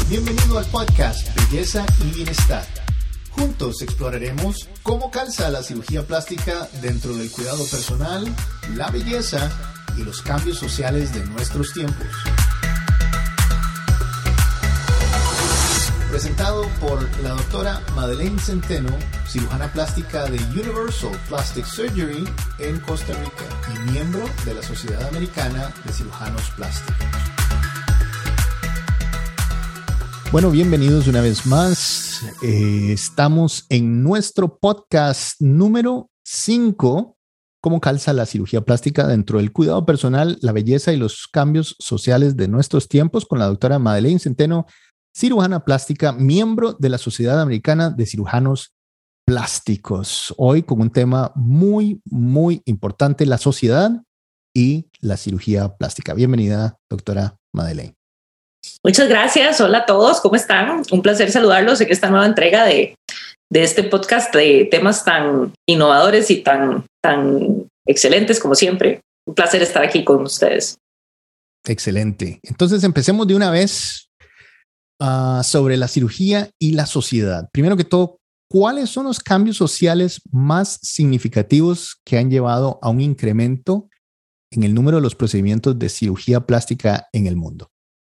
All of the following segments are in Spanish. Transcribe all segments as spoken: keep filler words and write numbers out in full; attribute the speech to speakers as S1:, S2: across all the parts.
S1: Bienvenido al podcast Belleza y Bienestar. Juntos exploraremos cómo calza la cirugía plástica dentro del cuidado personal, la belleza y los cambios sociales de nuestros tiempos. Presentado por la doctora Madeleine Centeno, cirujana plástica de Universal Plastic Surgery en Costa Rica y miembro de la Sociedad Americana de Cirujanos Plásticos. Bueno, bienvenidos una vez más. Eh, estamos en nuestro podcast número cinco, cómo calza la cirugía plástica dentro del cuidado personal, la belleza y los cambios sociales de nuestros tiempos, con la doctora Madeleine Centeno, cirujana plástica, miembro de la Sociedad Americana de Cirujanos Plásticos. Hoy con un tema muy, muy importante, la sociedad y la cirugía plástica. Bienvenida, doctora Madeleine.
S2: Muchas gracias. Hola a todos, ¿cómo están? Un placer saludarlos en esta nueva entrega de, de este podcast de temas tan innovadores y tan, tan excelentes como siempre. Un placer estar aquí con ustedes.
S1: Excelente. Entonces empecemos de una vez uh, sobre la cirugía y la sociedad. Primero que todo, ¿cuáles son los cambios sociales más significativos que han llevado a un incremento en el número de los procedimientos de cirugía plástica en el mundo?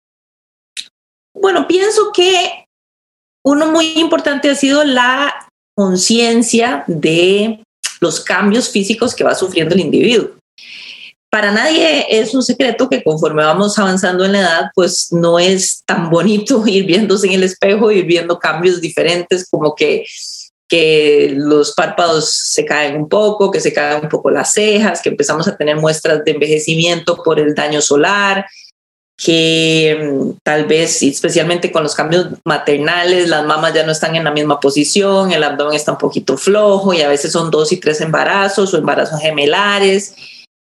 S2: Bueno, pienso que uno muy importante ha sido la conciencia de los cambios físicos que va sufriendo el individuo. Para nadie es un secreto que conforme vamos avanzando en la edad, pues no es tan bonito ir viéndose en el espejo, ir viendo cambios diferentes, como que, que los párpados se caen un poco, que se caen un poco las cejas, que empezamos a tener muestras de envejecimiento por el daño solar, que tal vez, especialmente con los cambios maternales, las mamas ya no están en la misma posición, el abdomen está un poquito flojo y a veces son dos y tres embarazos o embarazos gemelares.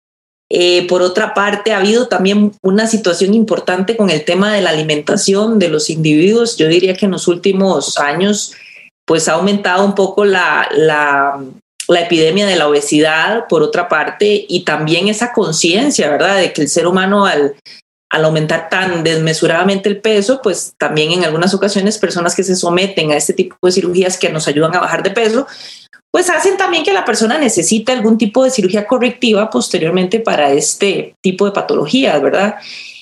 S2: Eh, por otra parte, ha habido también una situación importante con el tema de la alimentación de los individuos. Yo diría que en los últimos años pues ha aumentado un poco la, la, la epidemia de la obesidad, por otra parte, y también esa conciencia, ¿verdad?, de que el ser humano al Al aumentar tan desmesuradamente el peso, pues también en algunas ocasiones personas que se someten a este tipo de cirugías que nos ayudan a bajar de peso, pues hacen también que la persona necesite algún tipo de cirugía correctiva posteriormente para este tipo de patologías, ¿verdad?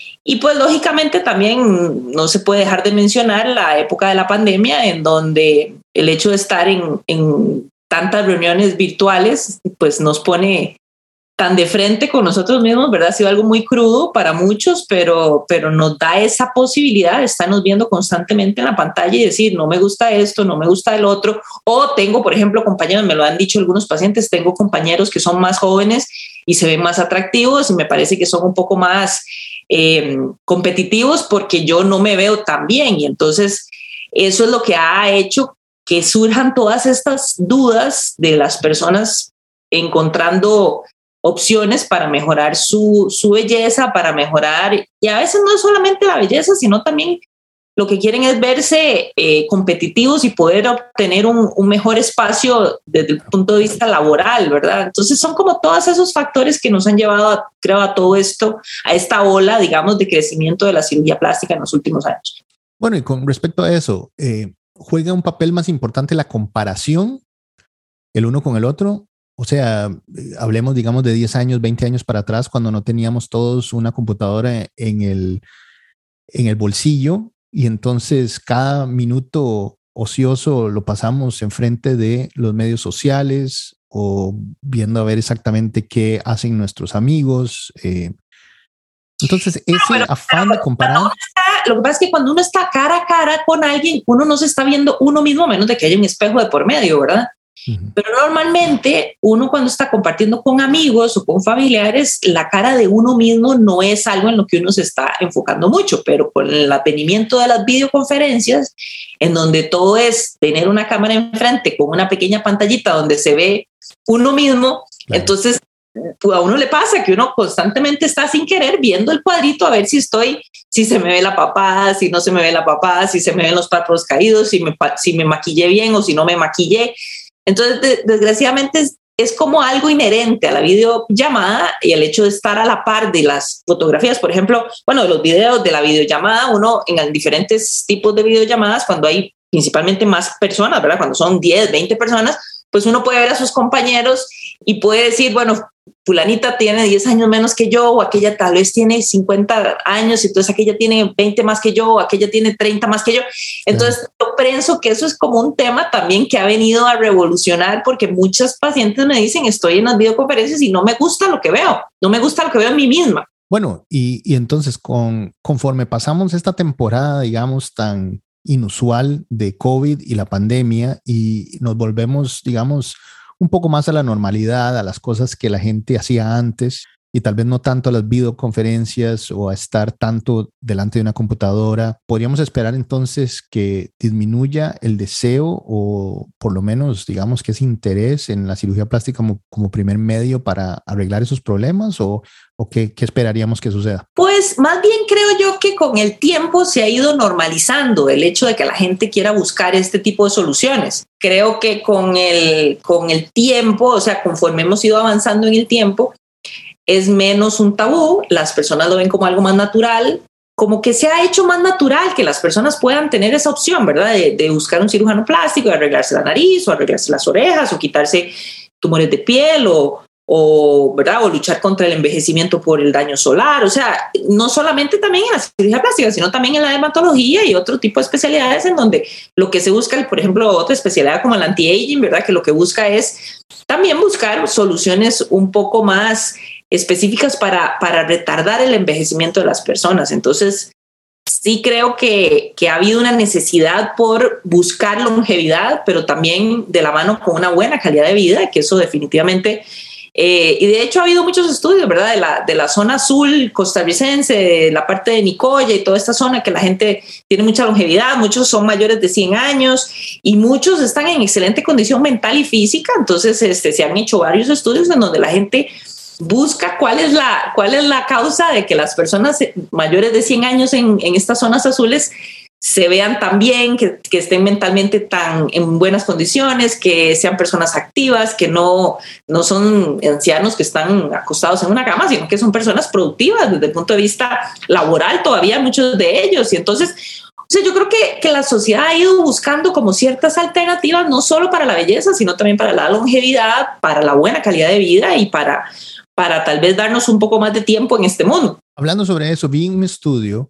S2: Y pues lógicamente también no se puede dejar de mencionar la época de la pandemia, en donde el hecho de estar en, en tantas reuniones virtuales pues nos pone tan de frente con nosotros mismos, ¿verdad? Ha sido algo muy crudo para muchos, pero, pero nos da esa posibilidad de estarnos viendo constantemente en la pantalla y decir, no me gusta esto, no me gusta el otro. O tengo, por ejemplo, compañeros, me lo han dicho algunos pacientes, tengo compañeros que son más jóvenes y se ven más atractivos y me parece que son un poco más eh, competitivos porque yo no me veo tan bien. Y entonces eso es lo que ha hecho que surjan todas estas dudas de las personas encontrando opciones para mejorar su, su belleza, para mejorar, y a veces no es solamente la belleza, sino también lo que quieren es verse eh, competitivos y poder obtener un, un mejor espacio desde el punto de vista laboral, ¿verdad? Entonces son como todos esos factores que nos han llevado, a, creo, a todo esto, a esta ola, digamos, de crecimiento de la cirugía plástica en los últimos años.
S1: Bueno, y con respecto a eso, eh, ¿juega un papel más importante la comparación, el uno con el otro? O sea, hablemos, digamos, de diez años, veinte años para atrás, cuando no teníamos todos una computadora en el, en el bolsillo y entonces cada minuto ocioso lo pasamos enfrente de los medios sociales o viendo a ver exactamente qué hacen nuestros amigos. Eh, entonces, ese no, pero, afán de comparar...
S2: Lo que pasa es que cuando uno está cara a cara con alguien, uno no se está viendo uno mismo a menos de que haya un espejo de por medio, ¿verdad? Pero normalmente uno cuando está compartiendo con amigos o con familiares, la cara de uno mismo no es algo en lo que uno se está enfocando mucho, pero con el advenimiento de las videoconferencias, en donde todo es tener una cámara enfrente con una pequeña pantallita donde se ve uno mismo, claro. Entonces a uno le pasa que uno constantemente está sin querer viendo el cuadrito a ver si estoy, si se me ve la papada, si no se me ve la papada, si se me ven los párpados caídos, si me, si me maquillé bien o si no me maquillé. Entonces, de, desgraciadamente, es como algo inherente a la videollamada y el hecho de estar a la par de las fotografías. Por ejemplo, bueno, de los videos de la videollamada, uno en diferentes tipos de videollamadas, cuando hay principalmente más personas, ¿verdad? Cuando son diez, veinte personas, pues uno puede ver a sus compañeros y puede decir, bueno, fulanita tiene diez años menos que yo, o aquella tal vez tiene cincuenta años, y entonces aquella tiene veinte más que yo, o aquella tiene treinta más que yo. Entonces yo pienso que eso es como un tema también que ha venido a revolucionar, porque muchas pacientes me dicen, estoy en las videoconferencias y no me gusta lo que veo, no me gusta lo que veo en mí misma.
S1: Bueno, y, y entonces con, conforme pasamos esta temporada, digamos, tan inusual de COVID y la pandemia, y nos volvemos, digamos, un poco más a la normalidad, a las cosas que la gente hacía antes, y tal vez no tanto a las videoconferencias o a estar tanto delante de una computadora, podríamos esperar entonces que disminuya el deseo, o por lo menos digamos que ese interés en la cirugía plástica como, como primer medio para arreglar esos problemas, o, o qué, qué esperaríamos que suceda.
S2: Pues más bien creo yo que con el tiempo se ha ido normalizando el hecho de que la gente quiera buscar este tipo de soluciones. Creo que con el, con el tiempo, o sea, conforme hemos ido avanzando en el tiempo, es menos un tabú, las personas lo ven como algo más natural, como que se ha hecho más natural que las personas puedan tener esa opción, ¿verdad? De, de buscar un cirujano plástico, de arreglarse la nariz, o arreglarse las orejas, o quitarse tumores de piel, o, o, ¿verdad? O luchar contra el envejecimiento por el daño solar. O sea, no solamente también en la cirugía plástica, sino también en la dermatología y otro tipo de especialidades en donde lo que se busca, por ejemplo, otra especialidad como el anti-aging, ¿verdad? Que lo que busca es también buscar soluciones un poco más específicas para, para retardar el envejecimiento de las personas. Entonces, sí creo que, que ha habido una necesidad por buscar longevidad, pero también de la mano con una buena calidad de vida, que eso definitivamente... Eh, y de hecho ha habido muchos estudios, ¿verdad? De la, de la zona azul costarricense, de la parte de Nicoya y toda esta zona, que la gente tiene mucha longevidad, muchos son mayores de cien años y muchos están en excelente condición mental y física. Entonces este, se han hecho varios estudios en donde la gente busca cuál es la, cuál es la causa de que las personas mayores de cien años en, en estas zonas azules se vean tan bien, que, que estén mentalmente tan en buenas condiciones, que sean personas activas, que no, no son ancianos que están acostados en una cama, sino que son personas productivas desde el punto de vista laboral, todavía muchos de ellos. Y entonces, o sea, yo creo que, que la sociedad ha ido buscando como ciertas alternativas, no solo para la belleza, sino también para la longevidad, para la buena calidad de vida y para, para tal vez darnos un poco más de tiempo en este mundo.
S1: Hablando sobre eso, vi un estudio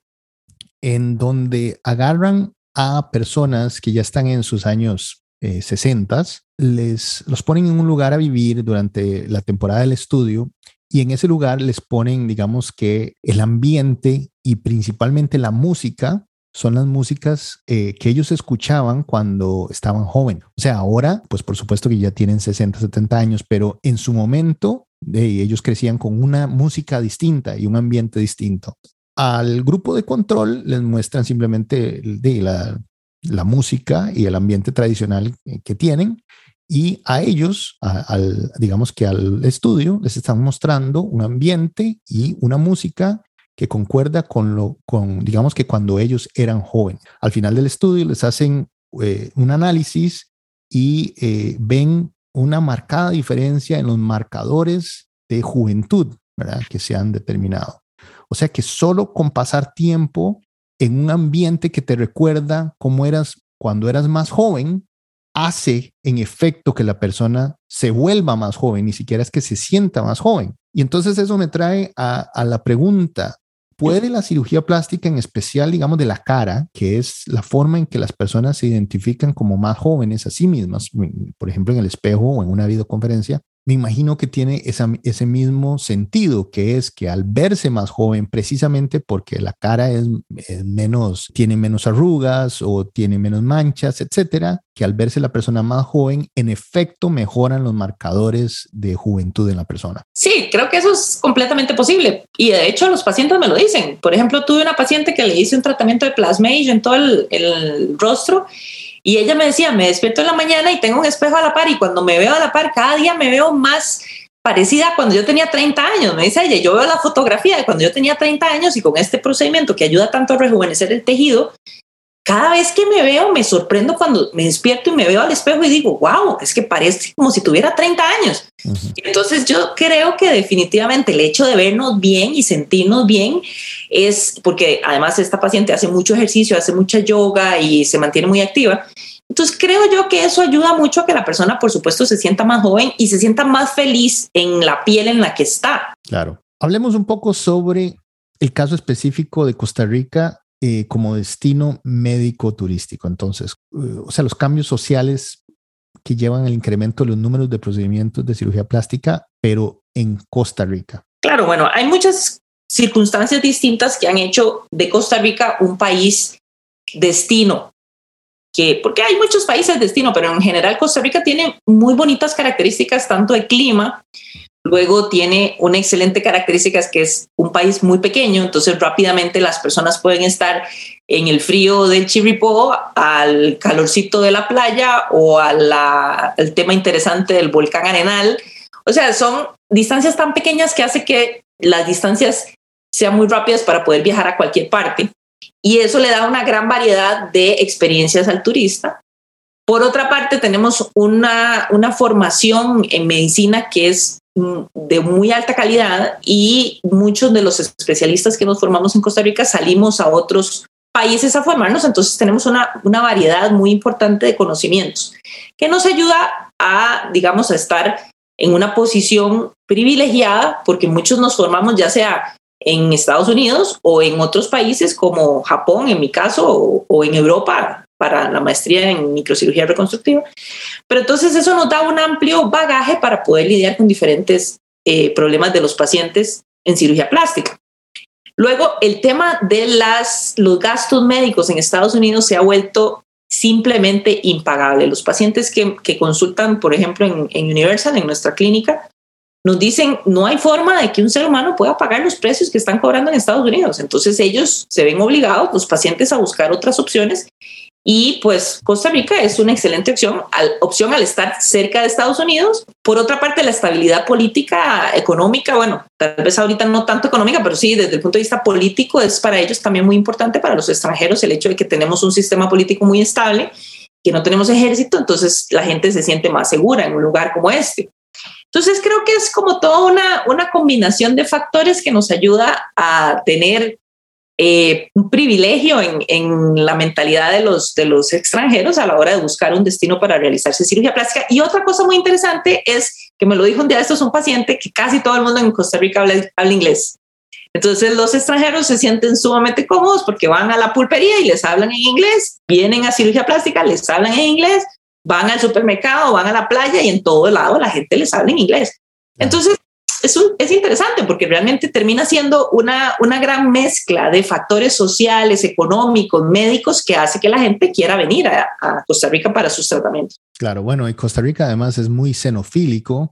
S1: en donde agarran a personas que ya están en sus años eh, sesenta, les los ponen en un lugar a vivir durante la temporada del estudio, y en ese lugar les ponen, digamos, que el ambiente y principalmente la música son las músicas eh, que ellos escuchaban cuando estaban jóvenes. O sea, ahora, pues por supuesto que ya tienen sesenta, setenta años, pero en su momento de, ellos crecían con una música distinta y un ambiente distinto. Al grupo de control les muestran simplemente de la, la música y el ambiente tradicional que tienen, y a ellos, a, al, digamos que al estudio, les están mostrando un ambiente y una música que concuerda con lo, con, digamos que cuando ellos eran jóvenes. Al final del estudio les hacen eh, un análisis y eh, ven una marcada diferencia en los marcadores de juventud, ¿verdad?, que se han determinado. O sea que solo con pasar tiempo en un ambiente que te recuerda cómo eras cuando eras más joven, hace en efecto que la persona se vuelva más joven, ni siquiera es que se sienta más joven. Y entonces eso me trae a, a la pregunta, ¿puede la cirugía plástica, en especial, digamos, de la cara, que es la forma en que las personas se identifican como más jóvenes a sí mismas, por ejemplo, en el espejo o en una videoconferencia, me imagino que tiene esa, ese mismo sentido, que es que al verse más joven, precisamente porque la cara es, es menos, tiene menos arrugas o tiene menos manchas, etcétera, que al verse la persona más joven, en efecto mejoran los marcadores de juventud en la persona?
S2: Sí, creo que eso es completamente posible. Y de hecho los pacientes me lo dicen. Por ejemplo, tuve una paciente que le hice un tratamiento de plasmage en todo el, el rostro, y ella me decía, me despierto en la mañana y tengo un espejo a la par, y cuando me veo a la par, cada día me veo más parecida a cuando yo tenía treinta años. Me dice ella, yo veo la fotografía de cuando yo tenía treinta años, y con este procedimiento que ayuda tanto a rejuvenecer el tejido, cada vez que me veo me sorprendo cuando me despierto y me veo al espejo y digo, wow, es que parece como si tuviera treinta años. Uh-huh. Entonces yo creo que definitivamente el hecho de vernos bien y sentirnos bien es porque además esta paciente hace mucho ejercicio, hace mucha yoga y se mantiene muy activa. Entonces creo yo que eso ayuda mucho a que la persona, por supuesto, se sienta más joven y se sienta más feliz en la piel en la que está.
S1: Claro. Hablemos un poco sobre el caso específico de Costa Rica eh, como destino médico turístico. Entonces, eh, o sea, los cambios sociales que llevan al incremento de los números de procedimientos de cirugía plástica, pero en Costa Rica.
S2: Claro, bueno, hay muchas circunstancias distintas que han hecho de Costa Rica un país destino. Que, porque hay muchos países destino, pero en general Costa Rica tiene muy bonitas características, tanto de clima, luego tiene una excelente característica que es un país muy pequeño, entonces rápidamente las personas pueden estar en el frío del Chirripó, al calorcito de la playa o al tema interesante del volcán Arenal. O sea, son distancias tan pequeñas que hace que las distancias sean muy rápidas para poder viajar a cualquier parte. Y eso le da una gran variedad de experiencias al turista. Por otra parte, tenemos una, una formación en medicina que es de muy alta calidad y muchos de los especialistas que nos formamos en Costa Rica salimos a otros países a formarnos, entonces tenemos una, una variedad muy importante de conocimientos que nos ayuda a, digamos, a estar en una posición privilegiada porque muchos nos formamos ya sea en Estados Unidos o en otros países como Japón, en mi caso, o, o en Europa para la maestría en microcirugía reconstructiva. Pero entonces eso nos da un amplio bagaje para poder lidiar con diferentes eh, problemas de los pacientes en cirugía plástica. Luego, el tema de las, los gastos médicos en Estados Unidos se ha vuelto simplemente impagable. Los pacientes que, que consultan, por ejemplo, en, en Universal, en nuestra clínica, nos dicen, no hay forma de que un ser humano pueda pagar los precios que están cobrando en Estados Unidos. Entonces ellos se ven obligados, los pacientes, a buscar otras opciones. Y pues Costa Rica es una excelente opción al, opción al estar cerca de Estados Unidos. Por otra parte, la estabilidad política, económica, bueno, tal vez ahorita no tanto económica, pero sí desde el punto de vista político es para ellos también muy importante, para los extranjeros, el hecho de que tenemos un sistema político muy estable, que no tenemos ejército, entonces la gente se siente más segura en un lugar como este. Entonces creo que es como toda una, una combinación de factores que nos ayuda a tener eh, un privilegio en, en la mentalidad de los, de los extranjeros a la hora de buscar un destino para realizarse cirugía plástica. Y otra cosa muy interesante es que me lo dijo un día, esto es un paciente que casi todo el mundo en Costa Rica habla, habla inglés. Entonces los extranjeros se sienten sumamente cómodos porque van a la pulpería y les hablan en inglés, vienen a cirugía plástica, les hablan en inglés, van al supermercado, van a la playa y en todo lado la gente les habla en inglés. Entonces es, un, es interesante porque realmente termina siendo una, una gran mezcla de factores sociales, económicos, médicos que hace que la gente quiera venir a, a Costa Rica para sus tratamientos.
S1: Claro, bueno, y Costa Rica además es muy xenofílico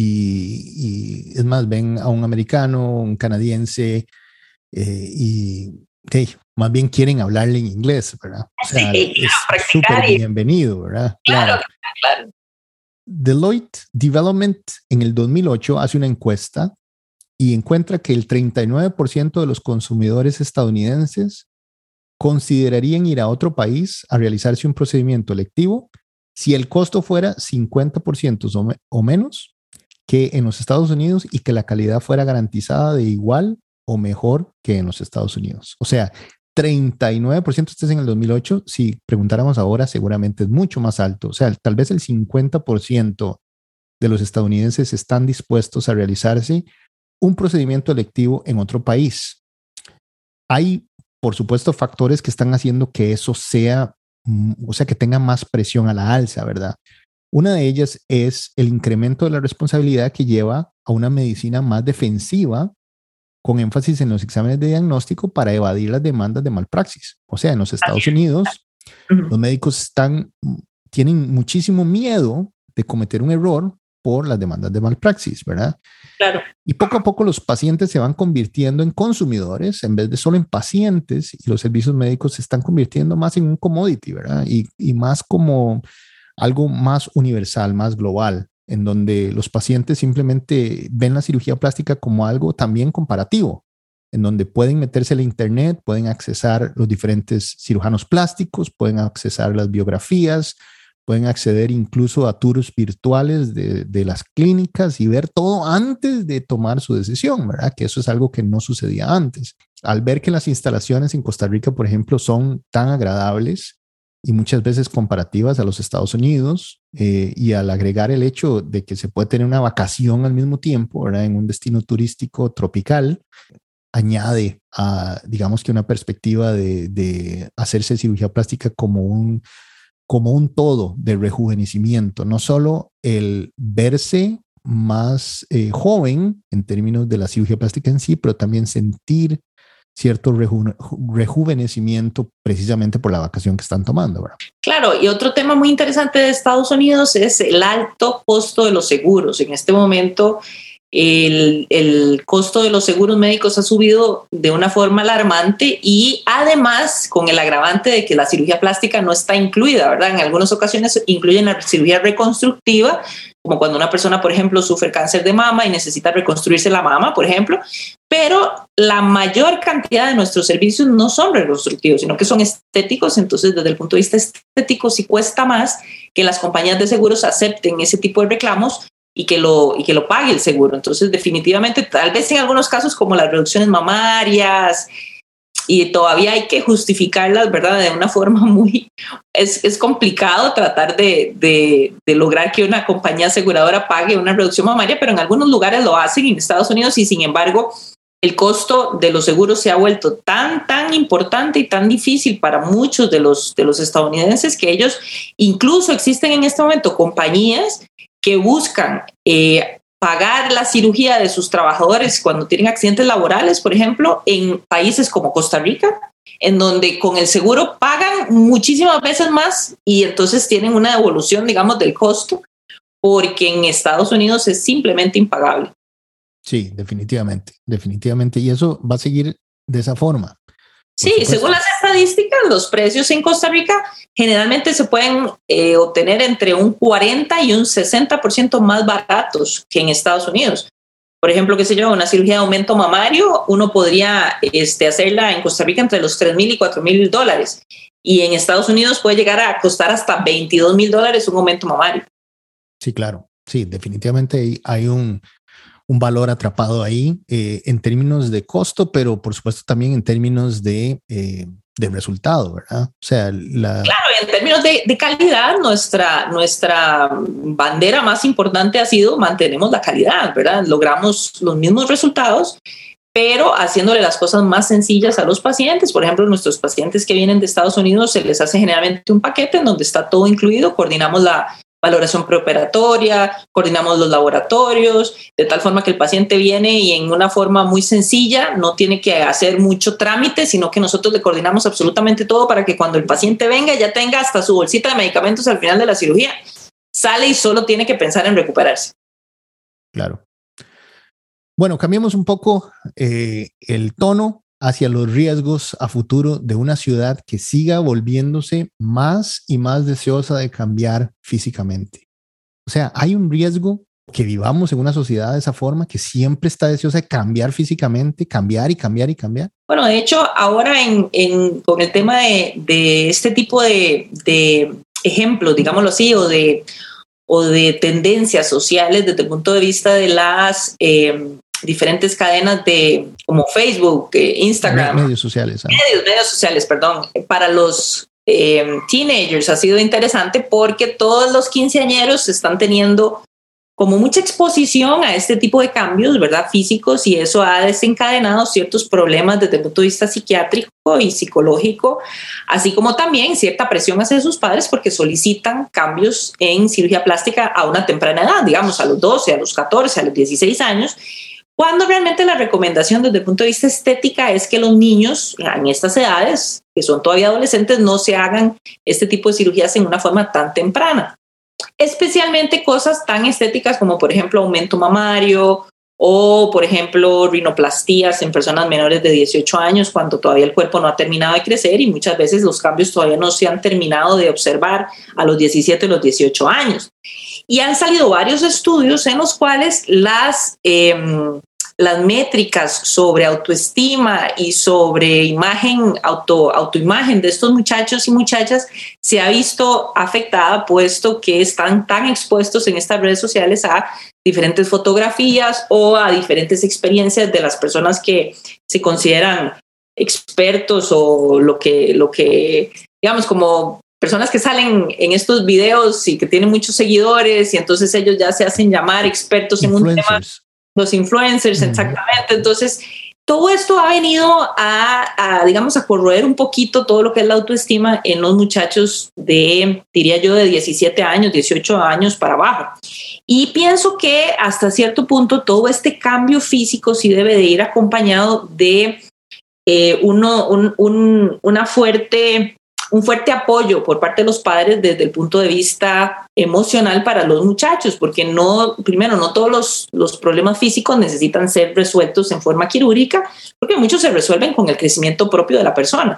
S1: y, y es más, ven a un americano, un canadiense eh, y hey, más bien quieren hablarle en inglés, ¿verdad? O sea, sí, claro, es súper y... bienvenido, ¿verdad?
S2: Claro, claro, claro.
S1: Deloitte Development en el dos mil ocho hace una encuesta y encuentra que el treinta y nueve por ciento de los consumidores estadounidenses considerarían ir a otro país a realizarse un procedimiento electivo si el costo fuera cincuenta por ciento o, me- o menos que en los Estados Unidos y que la calidad fuera garantizada de igual o mejor que en los Estados Unidos. O sea, treinta y nueve por ciento este es en el dos mil ocho. Si preguntáramos ahora, seguramente es mucho más alto. O sea, tal vez el cincuenta por ciento de los estadounidenses están dispuestos a realizarse un procedimiento electivo en otro país. Hay, por supuesto, factores que están haciendo que eso sea, o sea, que tenga más presión a la alza, ¿verdad? Una de ellas es el incremento de la responsabilidad que lleva a una medicina más defensiva con énfasis en los exámenes de diagnóstico para evadir las demandas de malpraxis. O sea, en los Estados Unidos, uh-huh. los médicos están, tienen muchísimo miedo de cometer un error por las demandas de malpraxis, ¿verdad?
S2: Claro.
S1: Y poco a poco los pacientes se van convirtiendo en consumidores en vez de solo en pacientes y los servicios médicos se están convirtiendo más en un commodity, ¿verdad? Y, y más como algo más universal, más global, en donde los pacientes simplemente ven la cirugía plástica como algo también comparativo, en donde pueden meterse a la internet, pueden accesar los diferentes cirujanos plásticos, pueden accesar las biografías, pueden acceder incluso a tours virtuales de, de las clínicas y ver todo antes de tomar su decisión, ¿verdad? Que eso es algo que no sucedía antes. Al ver que las instalaciones en Costa Rica, por ejemplo, son tan agradables y muchas veces comparativas a los Estados Unidos, eh, y al agregar el hecho de que se puede tener una vacación al mismo tiempo, ¿verdad? En un destino turístico tropical, añade a, digamos que una perspectiva de, de hacerse cirugía plástica como un como un todo de rejuvenecimiento, no solo el verse más eh, joven en términos de la cirugía plástica en sí, pero también sentir cierto reju rejuvenecimiento precisamente por la vacación que están tomando, ¿verdad?
S2: Claro, y otro tema muy interesante de Estados Unidos es el alto costo de los seguros. En este momento, El, el costo de los seguros médicos ha subido de una forma alarmante y además con el agravante de que la cirugía plástica no está incluida, ¿verdad? En algunas ocasiones incluyen la cirugía reconstructiva, como cuando una persona, por ejemplo, sufre cáncer de mama y necesita reconstruirse la mama, por ejemplo, pero la mayor cantidad de nuestros servicios no son reconstructivos, sino que son estéticos. Entonces, desde el punto de vista estético, sí cuesta más que las compañías de seguros acepten ese tipo de reclamos y que lo y que lo pague el seguro. Entonces, definitivamente, tal vez en algunos casos como las reducciones mamarias, y todavía hay que justificarlas, ¿verdad? De una forma muy... Es, es complicado tratar de, de, de lograr que una compañía aseguradora pague una reducción mamaria, pero en algunos lugares lo hacen en Estados Unidos y sin embargo el costo de los seguros se ha vuelto tan, tan importante y tan difícil para muchos de los, de los estadounidenses que ellos, incluso existen en este momento compañías que buscan eh, pagar la cirugía de sus trabajadores cuando tienen accidentes laborales, por ejemplo, en países como Costa Rica, en donde con el seguro pagan muchísimas veces más y entonces tienen una devolución, digamos, del costo, porque en Estados Unidos es simplemente impagable.
S1: Sí, definitivamente, definitivamente. Y eso va a seguir de esa forma.
S2: Sí, según las estadísticas, los precios en Costa Rica generalmente se pueden eh, obtener entre un cuarenta y un sesenta por ciento más baratos que en Estados Unidos. Por ejemplo, qué sé yo, una cirugía de aumento mamario, uno podría este, hacerla en Costa Rica entre los tres mil y cuatro mil dólares. Y en Estados Unidos puede llegar a costar hasta veintidós mil dólares un aumento mamario.
S1: Sí, claro. Sí, definitivamente hay un... un valor atrapado ahí eh, en términos de costo, pero por supuesto también en términos de, eh, de resultado, ¿verdad? O sea, la...
S2: Claro, en términos de, de calidad, nuestra, nuestra bandera más importante ha sido mantenemos la calidad, ¿verdad? Logramos los mismos resultados, pero haciéndole las cosas más sencillas a los pacientes. Por ejemplo, nuestros pacientes que vienen de Estados Unidos se les hace generalmente un paquete en donde está todo incluido, coordinamos la valoración preoperatoria, coordinamos los laboratorios, de tal forma que el paciente viene y en una forma muy sencilla, no tiene que hacer mucho trámite, sino que nosotros le coordinamos absolutamente todo para que cuando el paciente venga ya tenga hasta su bolsita de medicamentos al final de la cirugía. Sale y solo tiene que pensar en recuperarse.
S1: Claro. Bueno, cambiemos un poco eh, el tono hacia los riesgos a futuro de una ciudad que siga volviéndose más y más deseosa de cambiar físicamente. O sea, hay un riesgo que vivamos en una sociedad de esa forma, que siempre está deseosa de cambiar físicamente, cambiar y cambiar y cambiar.
S2: Bueno, de hecho, ahora en, en, con el tema de, de este tipo de, de ejemplos, digámoslo así, o de, o de tendencias sociales desde el punto de vista de las... Eh, diferentes cadenas de como Facebook, eh, Instagram,
S1: medios sociales, ¿eh?
S2: medios, medios sociales, perdón, para los eh, teenagers ha sido interesante porque todos los quinceañeros están teniendo como mucha exposición a este tipo de cambios, ¿verdad? Físicos, y eso ha desencadenado ciertos problemas desde el punto de vista psiquiátrico y psicológico, así como también cierta presión hacia sus padres porque solicitan cambios en cirugía plástica a una temprana edad, digamos a los doce, a los catorce, a los dieciséis años, cuando realmente la recomendación desde el punto de vista estética es que los niños en estas edades, que son todavía adolescentes, no se hagan este tipo de cirugías en una forma tan temprana. Especialmente cosas tan estéticas como, por ejemplo, aumento mamario o, por ejemplo, rinoplastías en personas menores de dieciocho años cuando todavía el cuerpo no ha terminado de crecer y muchas veces los cambios todavía no se han terminado de observar a los diecisiete o los dieciocho años. Y han salido varios estudios en los cuales las, eh, las métricas sobre autoestima y sobre imagen, auto, autoimagen de estos muchachos y muchachas se ha visto afectada, puesto que están tan expuestos en estas redes sociales a diferentes fotografías o a diferentes experiencias de las personas que se consideran expertos o lo que, lo que digamos, como personas que salen en estos videos y que tienen muchos seguidores y entonces ellos ya se hacen llamar expertos en un tema. Los influencers, uh-huh. Exactamente. Entonces, todo esto ha venido a, a, digamos, a corroer un poquito todo lo que es la autoestima en los muchachos de, diría yo, de diecisiete años, dieciocho años para abajo. Y pienso que hasta cierto punto todo este cambio físico sí debe de ir acompañado de eh, uno, un, un, una fuerte... un fuerte apoyo por parte de los padres desde el punto de vista emocional para los muchachos, porque no, primero, no todos los, los problemas físicos necesitan ser resueltos en forma quirúrgica, porque muchos se resuelven con el crecimiento propio de la persona.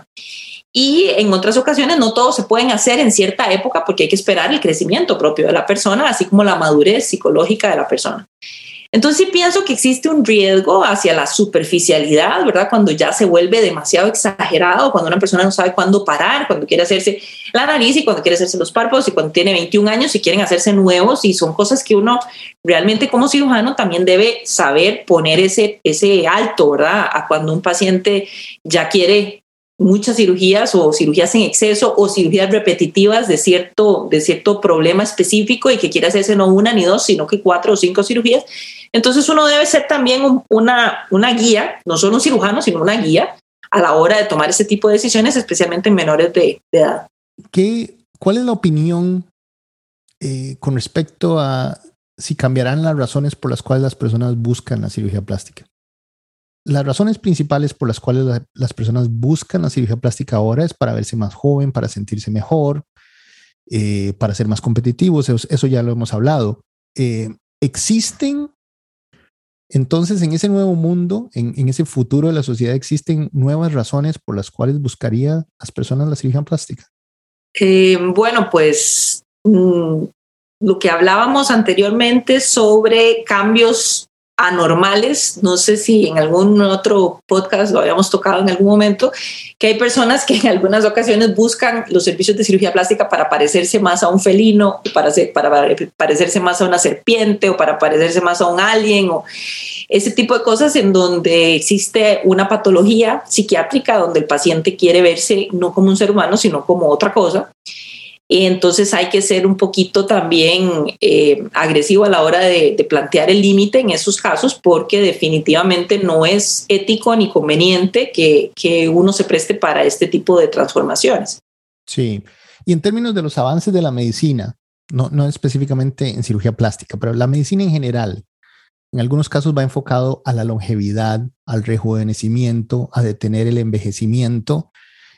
S2: Y en otras ocasiones no todos se pueden hacer en cierta época porque hay que esperar el crecimiento propio de la persona, así como la madurez psicológica de la persona. Entonces sí pienso que existe un riesgo hacia la superficialidad, ¿verdad? Cuando ya se vuelve demasiado exagerado, cuando una persona no sabe cuándo parar, cuando quiere hacerse la nariz y cuando quiere hacerse los párpados y cuando tiene veintiún años y quieren hacerse nuevos, y son cosas que uno realmente como cirujano también debe saber poner ese, ese alto, ¿verdad? A cuando un paciente ya quiere muchas cirugías o cirugías en exceso o cirugías repetitivas de cierto, de cierto problema específico y que quiere hacerse no una ni dos, sino que cuatro o cinco cirugías. Entonces uno debe ser también un, una, una guía, no solo un cirujano, sino una guía a la hora de tomar ese tipo de decisiones, especialmente en menores de, de edad.
S1: ¿Qué, ¿Cuál es la opinión eh, con respecto a si cambiarán las razones por las cuales las personas buscan la cirugía plástica? Las razones principales por las cuales la, las personas buscan la cirugía plástica ahora es para verse más joven, para sentirse mejor, eh, para ser más competitivos. Eso, eso ya lo hemos hablado. Eh, ¿Existen entonces en ese nuevo mundo, en, en ese futuro de la sociedad, existen nuevas razones por las cuales buscaría las personas la cirugía plástica?
S2: Eh, bueno, pues mmm, lo que hablábamos anteriormente sobre cambios anormales, no sé si en algún otro podcast lo habíamos tocado en algún momento, que hay personas que en algunas ocasiones buscan los servicios de cirugía plástica para parecerse más a un felino, para, ser, para parecerse más a una serpiente o para parecerse más a un alien o ese tipo de cosas en donde existe una patología psiquiátrica donde el paciente quiere verse no como un ser humano sino como otra cosa. Y entonces hay que ser un poquito también eh, agresivo a la hora de, de plantear el límite en esos casos, porque definitivamente no es ético ni conveniente que, que uno se preste para este tipo de transformaciones.
S1: Sí, y en términos de los avances de la medicina, no, no específicamente en cirugía plástica, pero la medicina en general, en algunos casos va enfocado a la longevidad, al rejuvenecimiento, a detener el envejecimiento,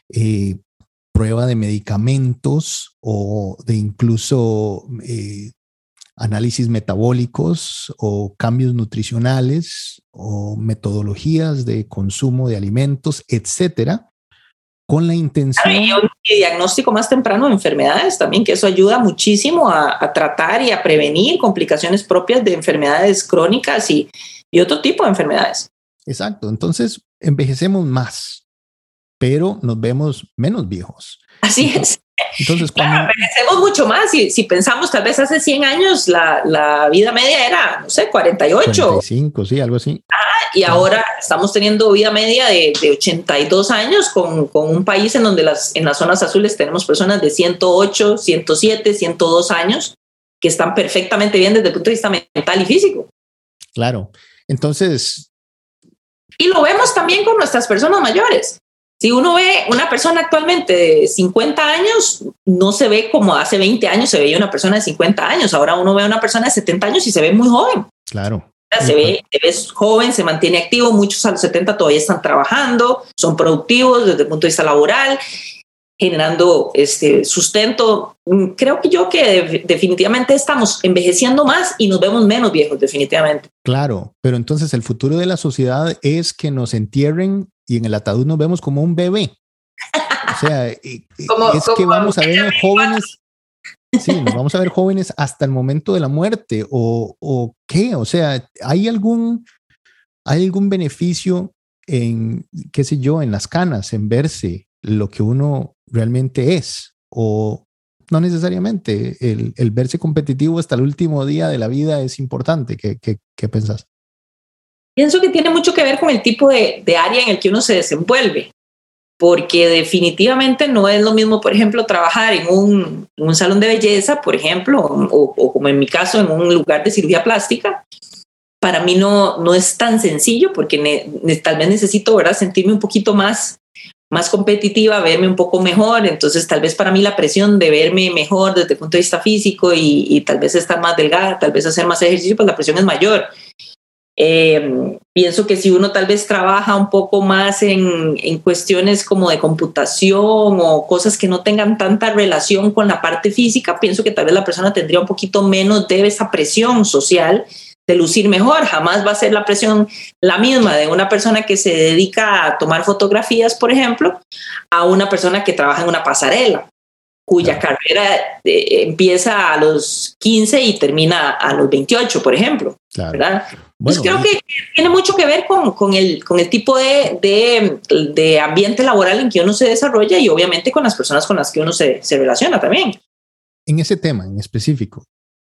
S1: eh, prueba de medicamentos o de incluso eh, análisis metabólicos o cambios nutricionales o metodologías de consumo de alimentos, etcétera, con la intención...
S2: Y un diagnóstico más temprano de enfermedades también, que eso ayuda muchísimo a, a tratar y a prevenir complicaciones propias de enfermedades crónicas y, y otro tipo de enfermedades.
S1: Exacto, entonces envejecemos más, pero nos vemos menos viejos.
S2: Así es.
S1: Entonces, cuando...
S2: Claro, envejecemos mucho más. Si, si pensamos, tal vez hace cien años la, la vida media era, no sé, cuarenta y ocho.
S1: cuarenta y cinco, sí, algo así.
S2: Ah, y ahora estamos teniendo vida media de, de ochenta y dos años con, con un país en donde las, en las zonas azules tenemos personas de ciento ocho, ciento siete, ciento dos años que están perfectamente bien desde el punto de vista mental y físico.
S1: Claro. Entonces...
S2: Y lo vemos también con nuestras personas mayores. Si uno ve una persona actualmente de cincuenta años, no se ve como hace veinte años se veía una persona de cincuenta años. Ahora uno ve a una persona de setenta años y se ve muy joven.
S1: Claro.
S2: Se ve, se ve joven, se mantiene activo. Muchos a los setenta todavía están trabajando, son productivos desde el punto de vista laboral, generando este sustento. Creo que yo que definitivamente estamos envejeciendo más y nos vemos menos viejos, definitivamente.
S1: Claro, pero entonces el futuro de la sociedad es que nos entierren y en el ataúd nos vemos como un bebé. O sea, como, es como que vamos a ver jóvenes, sí, nos vamos a ver jóvenes hasta el momento de la muerte o, o qué. O sea, ¿hay algún, ¿Hay algún beneficio en, qué sé yo, en las canas, en verse lo que uno realmente es? ¿O no necesariamente el, el verse competitivo hasta el último día de la vida es importante? ¿Qué, qué, qué pensás?
S2: Pienso que tiene mucho que ver con el tipo de, de área en el que uno se desenvuelve, porque definitivamente no es lo mismo, por ejemplo, trabajar en un, en un salón de belleza, por ejemplo, o, o como en mi caso, en un lugar de cirugía plástica. Para mí no, no es tan sencillo, porque ne, ne, tal vez necesito, ¿verdad?, sentirme un poquito más, más competitiva, verme un poco mejor. Entonces, tal vez para mí la presión de verme mejor desde el punto de vista físico y, y tal vez estar más delgada, tal vez hacer más ejercicio, pues la presión es mayor. Eh, pienso que si uno tal vez trabaja un poco más en, en cuestiones como de computación o cosas que no tengan tanta relación con la parte física, pienso que tal vez la persona tendría un poquito menos de esa presión social de lucir mejor. Jamás va a ser la presión la misma de una persona que se dedica a tomar fotografías, por ejemplo, a una persona que trabaja en una pasarela, cuya claro. carrera eh, empieza a los quince y termina a los veintiocho, por ejemplo. Claro. ¿Verdad? Bueno, creo y... que tiene mucho que ver con, con, el, con el tipo de, de, de ambiente laboral en que uno se desarrolla y obviamente con las personas con las que uno se, se relaciona también.
S1: En ese tema en específico,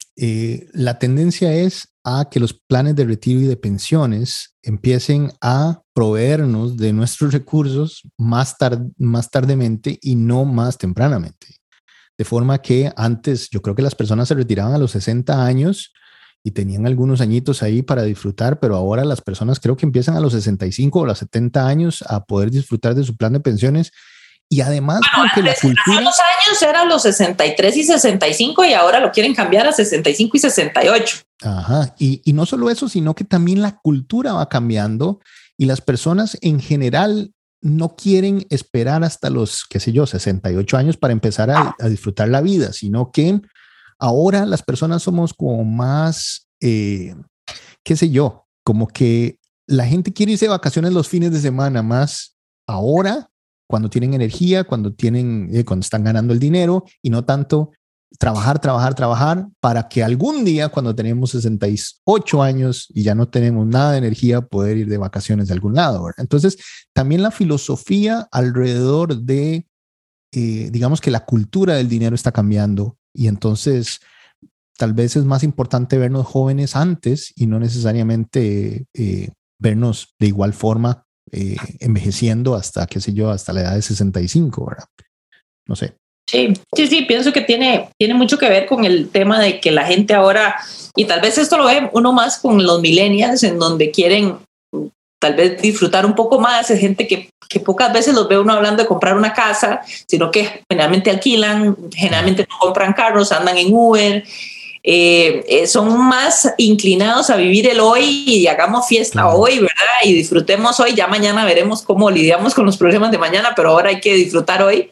S1: eh, la tendencia es a que los planes de retiro y de pensiones empiecen a proveernos de nuestros recursos más, tar más tardemente y no más tempranamente. De forma que antes yo creo que las personas se retiraban a los sesenta años y tenían algunos añitos ahí para disfrutar, pero ahora las personas creo que empiezan a los sesenta y cinco o los setenta años a poder disfrutar de su plan de pensiones. Y además,
S2: bueno,
S1: porque
S2: antes,
S1: la cultura...
S2: hace unos años eran los sesenta y tres y sesenta y cinco y ahora lo quieren cambiar a sesenta y cinco y sesenta y ocho.
S1: Ajá, y, y no solo eso, sino que también la cultura va cambiando y las personas en general no quieren esperar hasta los, qué sé yo, sesenta y ocho años para empezar a, a disfrutar la vida, sino que ahora las personas somos como más, eh, qué sé yo, como que la gente quiere irse de vacaciones los fines de semana más ahora, cuando tienen energía, cuando tienen, eh, cuando están ganando el dinero y no tanto trabajar, trabajar, trabajar para que algún día cuando tenemos sesenta y ocho años y ya no tenemos nada de energía poder ir de vacaciones de algún lado, ¿verdad? Entonces también la filosofía alrededor de, eh, digamos que la cultura del dinero está cambiando y entonces tal vez es más importante vernos jóvenes antes y no necesariamente eh, vernos de igual forma eh, envejeciendo hasta, qué sé yo, hasta la edad de sesenta y cinco, ¿verdad? No sé.
S2: Sí, sí, sí, pienso que tiene, tiene mucho que ver con el tema de que la gente ahora, y tal vez esto lo ve uno más con los millennials, en donde quieren tal vez disfrutar un poco más. Es gente que, que pocas veces los ve uno hablando de comprar una casa, sino que generalmente alquilan, generalmente no compran carros, andan en Uber. Eh, eh, son más inclinados a vivir el hoy y hagamos fiesta claro. hoy, ¿verdad? Y disfrutemos hoy, ya mañana veremos cómo lidiamos con los problemas de mañana, pero ahora hay que disfrutar hoy.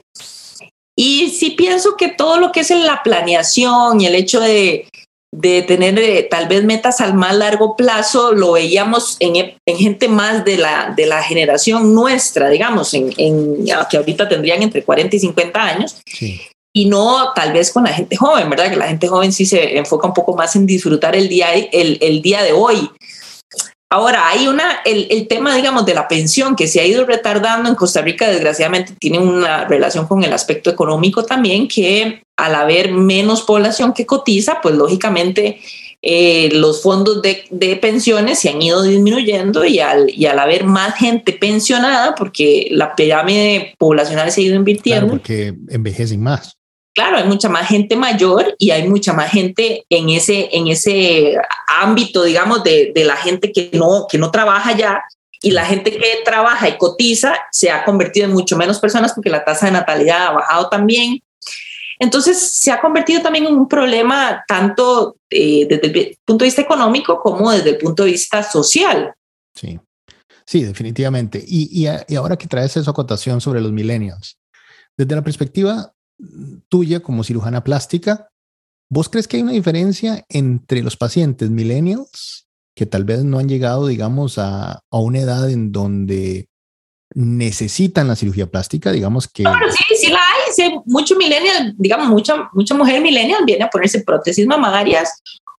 S2: Y sí pienso que todo lo que es en la planeación y el hecho de, de tener eh, tal vez metas al más largo plazo, lo veíamos en, en gente más de la, de la generación nuestra, digamos, en, en, que ahorita tendrían entre cuarenta y cincuenta años. Sí. Y no tal vez con la gente joven, ¿verdad? Que la gente joven sí se enfoca un poco más en disfrutar el día, el, el día de hoy. Ahora, hay una, el, el tema, digamos, de la pensión que se ha ido retardando en Costa Rica, desgraciadamente tiene una relación con el aspecto económico también, que al haber menos población que cotiza, pues lógicamente eh, los fondos de, de pensiones se han ido disminuyendo y al, y al haber más gente pensionada, porque la pirámide poblacional se ha ido invirtiendo.
S1: Claro, porque envejecen más.
S2: Claro, hay mucha más gente mayor y hay mucha más gente en ese, en ese ámbito, digamos, de, de la gente que no, que no trabaja ya, y la gente que trabaja y cotiza se ha convertido en mucho menos personas porque la tasa de natalidad ha bajado también. Entonces se ha convertido también en un problema tanto eh, desde el punto de vista económico como desde el punto de vista social.
S1: Sí, sí, definitivamente. Y, y, y ahora que traes esa acotación sobre los millennials, desde la perspectiva tuya como cirujana plástica, ¿vos crees que hay una diferencia entre los pacientes millennials que tal vez no han llegado, digamos, a, a una edad en donde necesitan la cirugía plástica, digamos que...
S2: Claro, sí, sí la hay, sí, mucho millennial, digamos, mucha, mucha mujer millennial viene a ponerse prótesis mamarias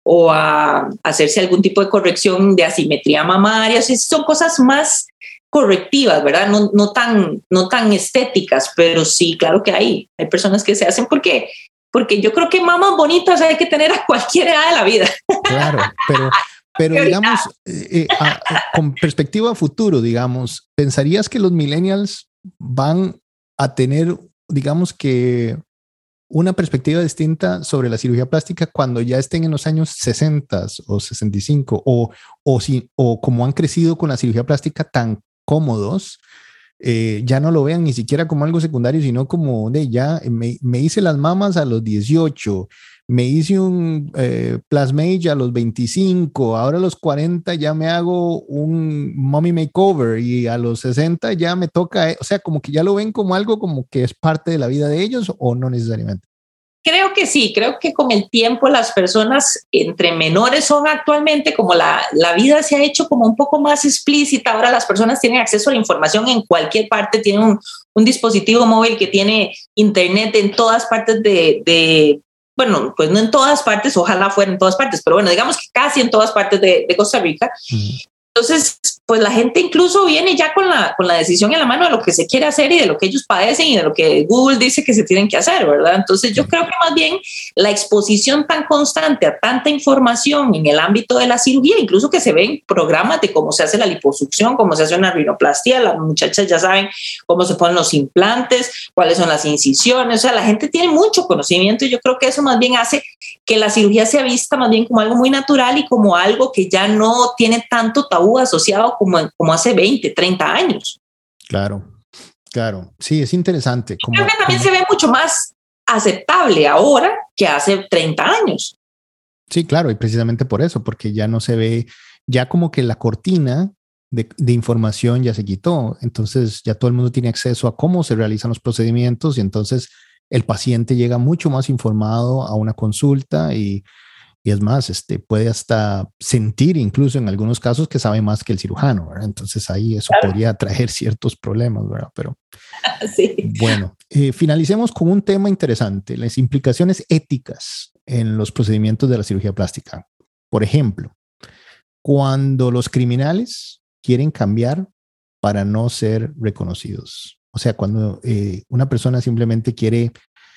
S2: o a hacerse algún tipo de corrección de asimetría mamaria. O sea, son cosas más correctivas, ¿verdad? No, no, tan, no tan estéticas, pero sí, claro que hay. Hay personas que se hacen porque, porque yo creo que mamas bonitas hay que tener a cualquier edad de la vida.
S1: Claro, pero... Pero digamos, eh, a, a, con perspectiva a futuro, digamos, ¿pensarías que los millennials van a tener, digamos que, una perspectiva distinta sobre la cirugía plástica cuando ya estén en los años sesenta o sesenta y cinco? O, o, si, o como han crecido con la cirugía plástica tan cómodos, eh, ya no lo vean ni siquiera como algo secundario, sino como de ya me, me hice las mamas a los dieciocho, me hice un eh, plasmage a los veinticinco, ahora a los cuarenta ya me hago un mommy makeover y a los sesenta ya me toca, o sea, como que ya lo ven como algo como que es parte de la vida de ellos o no necesariamente.
S2: Creo que sí, creo que con el tiempo las personas entre menores son actualmente como la, la vida se ha hecho como un poco más explícita. Ahora las personas tienen acceso a la información en cualquier parte, tienen un, un dispositivo móvil que tiene internet en todas partes de, de, bueno, pues no en todas partes, ojalá fuera en todas partes, pero bueno, digamos que casi en todas partes de, de Costa Rica. Uh-huh. Entonces, pues la gente incluso viene ya con la, con la decisión en la mano de lo que se quiere hacer y de lo que ellos padecen y de lo que Google dice que se tienen que hacer, ¿verdad? Entonces yo creo que más bien la exposición tan constante a tanta información en el ámbito de la cirugía, incluso que se ven programas de cómo se hace la liposucción, cómo se hace una rinoplastia, las muchachas ya saben cómo se ponen los implantes, cuáles son las incisiones, o sea, la gente tiene mucho conocimiento y yo creo que eso más bien hace que la cirugía sea vista más bien como algo muy natural y como algo que ya no tiene tanto tabú asociado como, como hace veinte, treinta años.
S1: Claro, claro. Sí, es interesante.
S2: Como, creo que también como... se ve mucho más aceptable ahora que hace treinta años.
S1: Sí, claro, y precisamente por eso, porque ya no se ve, ya como que la cortina de, de información ya se quitó. Entonces ya todo el mundo tiene acceso a cómo se realizan los procedimientos y entonces el paciente llega mucho más informado a una consulta y, y es más, este, puede hasta sentir incluso en algunos casos que sabe más que el cirujano, ¿verdad? Entonces ahí eso claro. podría traer ciertos problemas, ¿verdad? Pero
S2: sí.
S1: Bueno, eh, finalicemos con un tema interesante, las implicaciones éticas en los procedimientos de la cirugía plástica. Por ejemplo, cuando los criminales quieren cambiar para no ser reconocidos. O sea, cuando eh, una persona simplemente quiere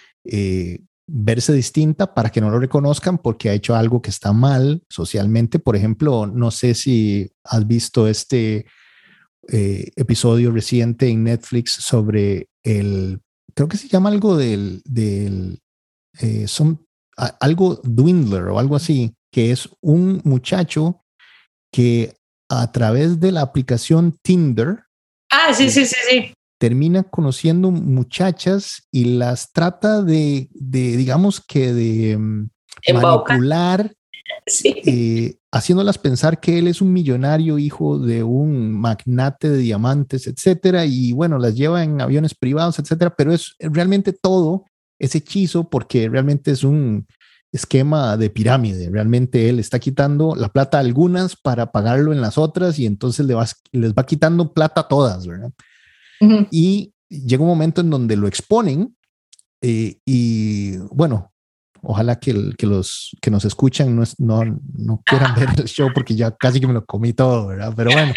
S1: eh, verse distinta para que no lo reconozcan porque ha hecho algo que está mal socialmente. Por ejemplo, no sé si has visto este eh, episodio reciente en Netflix sobre el, creo que se llama algo del, del eh, son, a, algo Dwindler o algo así, que es un muchacho que a través de la aplicación Tinder.
S2: Ah, sí, sí, sí, sí.
S1: Termina conociendo muchachas y las trata de, de digamos que de um, manipular,
S2: sí.
S1: eh, haciéndolas pensar que él es un millonario hijo de un magnate de diamantes, etcétera, y bueno, las lleva en aviones privados, etcétera, pero es realmente todo ese hechizo porque realmente es un esquema de pirámide. Realmente él está quitando la plata a algunas para pagarlo en las otras y entonces le va, les va quitando plata a todas, ¿verdad? Uh-huh. Y llega un momento en donde lo exponen eh, y bueno, ojalá que, el, que los que nos escuchan no, no, no quieran ver el show porque ya casi que me lo comí todo, ¿verdad? Pero bueno,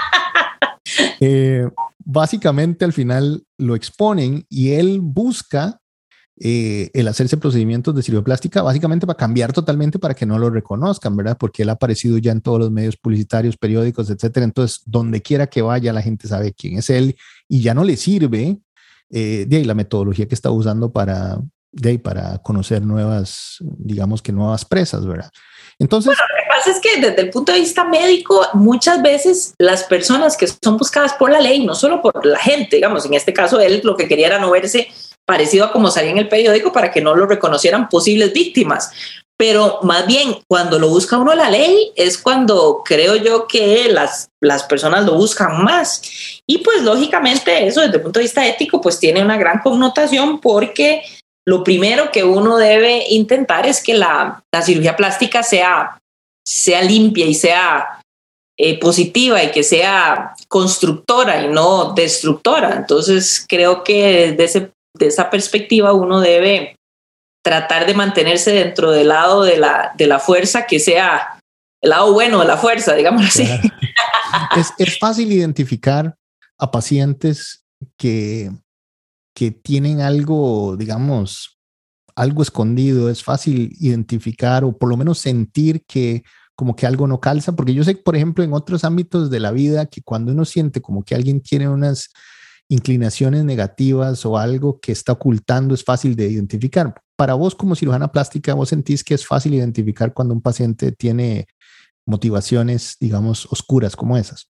S1: eh, básicamente al final lo exponen y él busca eh, el hacerse procedimientos de cirugía básicamente para cambiar totalmente para que no lo reconozcan, ¿verdad? Porque él ha aparecido ya en todos los medios publicitarios, periódicos, etcétera. Entonces, donde quiera que vaya, la gente sabe quién es él y ya no le sirve eh, de ahí la metodología que está usando para, de ahí, para conocer nuevas, digamos que nuevas presas, ¿verdad? Entonces,
S2: bueno, lo que pasa es que desde el punto de vista médico, muchas veces las personas que son buscadas por la ley, no solo por la gente, digamos, en este caso él lo que quería era no verse parecido a como salía en el periódico para que no lo reconocieran posibles víctimas. Pero más bien, cuando lo busca uno la ley, es cuando creo yo que las, las personas lo buscan más. Y pues lógicamente eso desde el punto de vista ético pues tiene una gran connotación porque lo primero que uno debe intentar es que la, la cirugía plástica sea, sea limpia y sea eh, positiva y que sea constructora y no destructora. Entonces creo que desde ese de esa perspectiva uno debe tratar de mantenerse dentro del lado de la, de la fuerza que sea el lado bueno de la fuerza, digamos así.
S1: Claro. Es, es fácil identificar a pacientes que, que tienen algo, digamos, algo escondido. Es fácil identificar o por lo menos sentir que como que algo no calza, porque yo sé, por ejemplo, en otros ámbitos de la vida, que cuando uno siente como que alguien tiene unas inclinaciones negativas o algo que está ocultando, es fácil de identificar. Para vos como cirujana plástica, ¿vos sentís que es fácil identificar cuando un paciente tiene motivaciones, digamos, oscuras como esas?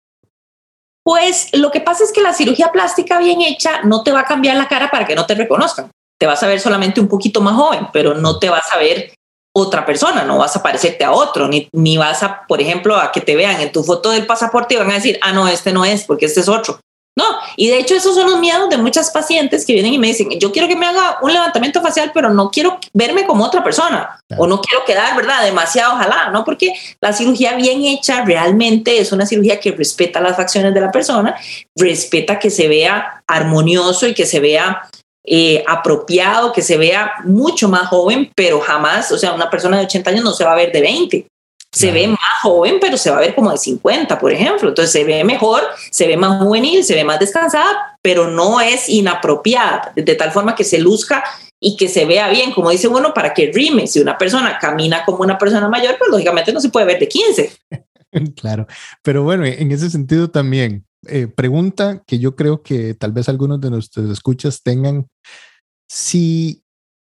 S2: Pues lo que pasa es que la cirugía plástica bien hecha no te va a cambiar la cara para que no te reconozcan. Te vas a ver solamente un poquito más joven, pero no te vas a ver otra persona, no vas a parecerte a otro, ni, ni vas a, por ejemplo, a que te vean en tu foto del pasaporte y van a decir, ah, no, este no es, porque este es otro. No, y de hecho esos son los miedos de muchas pacientes que vienen y me dicen, yo quiero que me haga un levantamiento facial, pero no quiero verme como otra persona, claro. O no quiero quedar, ¿verdad?, demasiado ojalá, ¿no? Porque la cirugía bien hecha realmente es una cirugía que respeta las facciones de la persona, respeta que se vea armonioso y que se vea eh, apropiado, que se vea mucho más joven, pero jamás, o sea, una persona de ochenta años no se va a ver de veinte. Se claro. ve más joven, pero se va a ver como de cincuenta, por ejemplo. Entonces se ve mejor, se ve más juvenil, se ve más descansada, pero no es inapropiada, de tal forma que se luzca y que se vea bien, como dice uno, para que rime. Si una persona camina como una persona mayor, pues lógicamente no se puede ver de quince.
S1: Claro, pero bueno, en ese sentido también, eh, pregunta que yo creo que tal vez algunos de nuestros escuchas tengan: si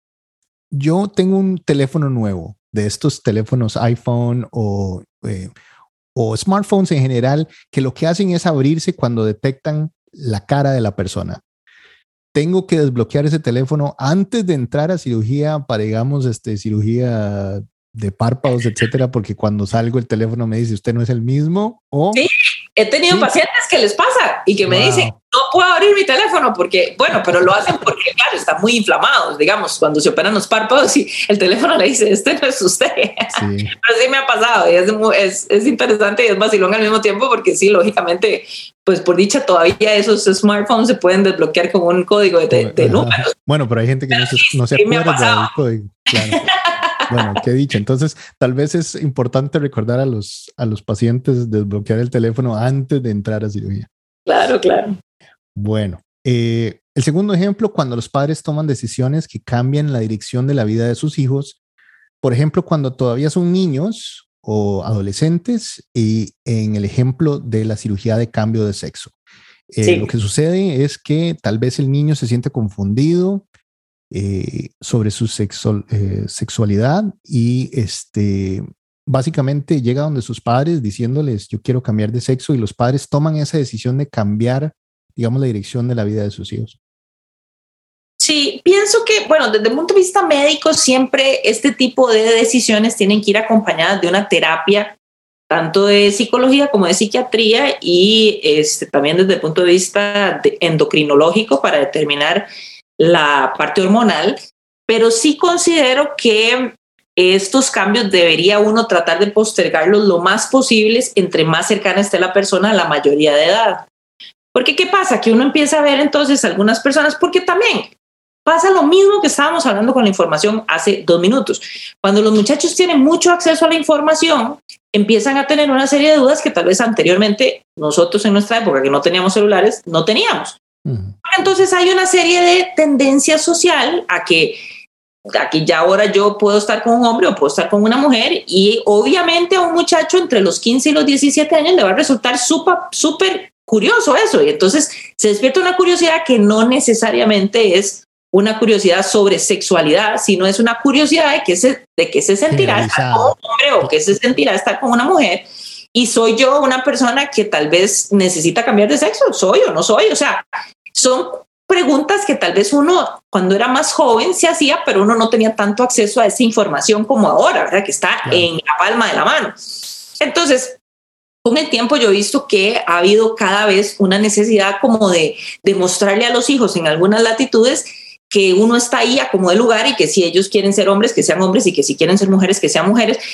S1: yo tengo un teléfono nuevo, de estos teléfonos iPhone o, eh, o smartphones en general, que lo que hacen es abrirse cuando detectan la cara de la persona, ¿tengo que desbloquear ese teléfono antes de entrar a cirugía para, digamos, este, cirugía de párpados, etcétera? Porque cuando salgo el teléfono me dice, usted no es el mismo. ¿O?
S2: Sí, he tenido sí. pacientes que les pasa y que me wow. dicen, no puedo abrir mi teléfono porque, bueno, pero lo hacen porque, claro, están muy inflamados, digamos, cuando se operan los párpados y el teléfono le dice, este no es usted. Sí. Pero sí me ha pasado y es, es, es interesante y es vacilón al mismo tiempo porque sí, lógicamente, pues por dicha todavía esos smartphones se pueden desbloquear con un código de, de, de números.
S1: Bueno, pero hay gente que no se, no se sí acuerda del código. Claro. Bueno, qué dicho. Entonces, tal vez es importante recordar a los, a los pacientes desbloquear el teléfono antes de entrar a cirugía.
S2: Claro, claro.
S1: Bueno, eh, el segundo ejemplo, cuando los padres toman decisiones que cambian la dirección de la vida de sus hijos, por ejemplo, cuando todavía son niños o adolescentes, y en el ejemplo de la cirugía de cambio de sexo. Eh, sí. Lo que sucede es que tal vez el niño se siente confundido Eh, sobre su sexual, eh, sexualidad y este, básicamente llega donde sus padres diciéndoles yo quiero cambiar de sexo, y los padres toman esa decisión de cambiar, digamos, la dirección de la vida de sus hijos.
S2: Sí, pienso que, bueno, desde el punto de vista médico siempre este tipo de decisiones tienen que ir acompañadas de una terapia, tanto de psicología como de psiquiatría, y este, también desde el punto de vista de endocrinológico para determinar la parte hormonal, pero sí considero que estos cambios debería uno tratar de postergarlos lo más posibles entre más cercana esté la persona a la mayoría de edad. Porque ¿qué pasa? Que uno empieza a ver entonces algunas personas, porque también pasa lo mismo que estábamos hablando con la información hace dos minutos. Cuando los muchachos tienen mucho acceso a la información, empiezan a tener una serie de dudas que tal vez anteriormente nosotros en nuestra época, que no teníamos celulares, no teníamos. Entonces hay una serie de tendencias social a que, a que ya ahora yo puedo estar con un hombre o puedo estar con una mujer, y obviamente a un muchacho entre los quince y los diecisiete años le va a resultar súper súper curioso eso, y entonces se despierta una curiosidad que no necesariamente es una curiosidad sobre sexualidad, sino es una curiosidad de qué se, de qué se sentirá estar con un hombre o qué se sentirá estar con una mujer. Y soy yo una persona que tal vez necesita cambiar de sexo, soy o no soy, o sea, son preguntas que tal vez uno cuando era más joven se hacía, pero uno no tenía tanto acceso a esa información como ahora, ¿verdad? Que está claro. en la palma de la mano. Entonces, con el tiempo yo he visto que ha habido cada vez una necesidad como de, de mostrarle a los hijos en algunas latitudes que uno está ahí a como de lugar, y que si ellos quieren ser hombres, que sean hombres, y que si quieren ser mujeres, que sean mujeres.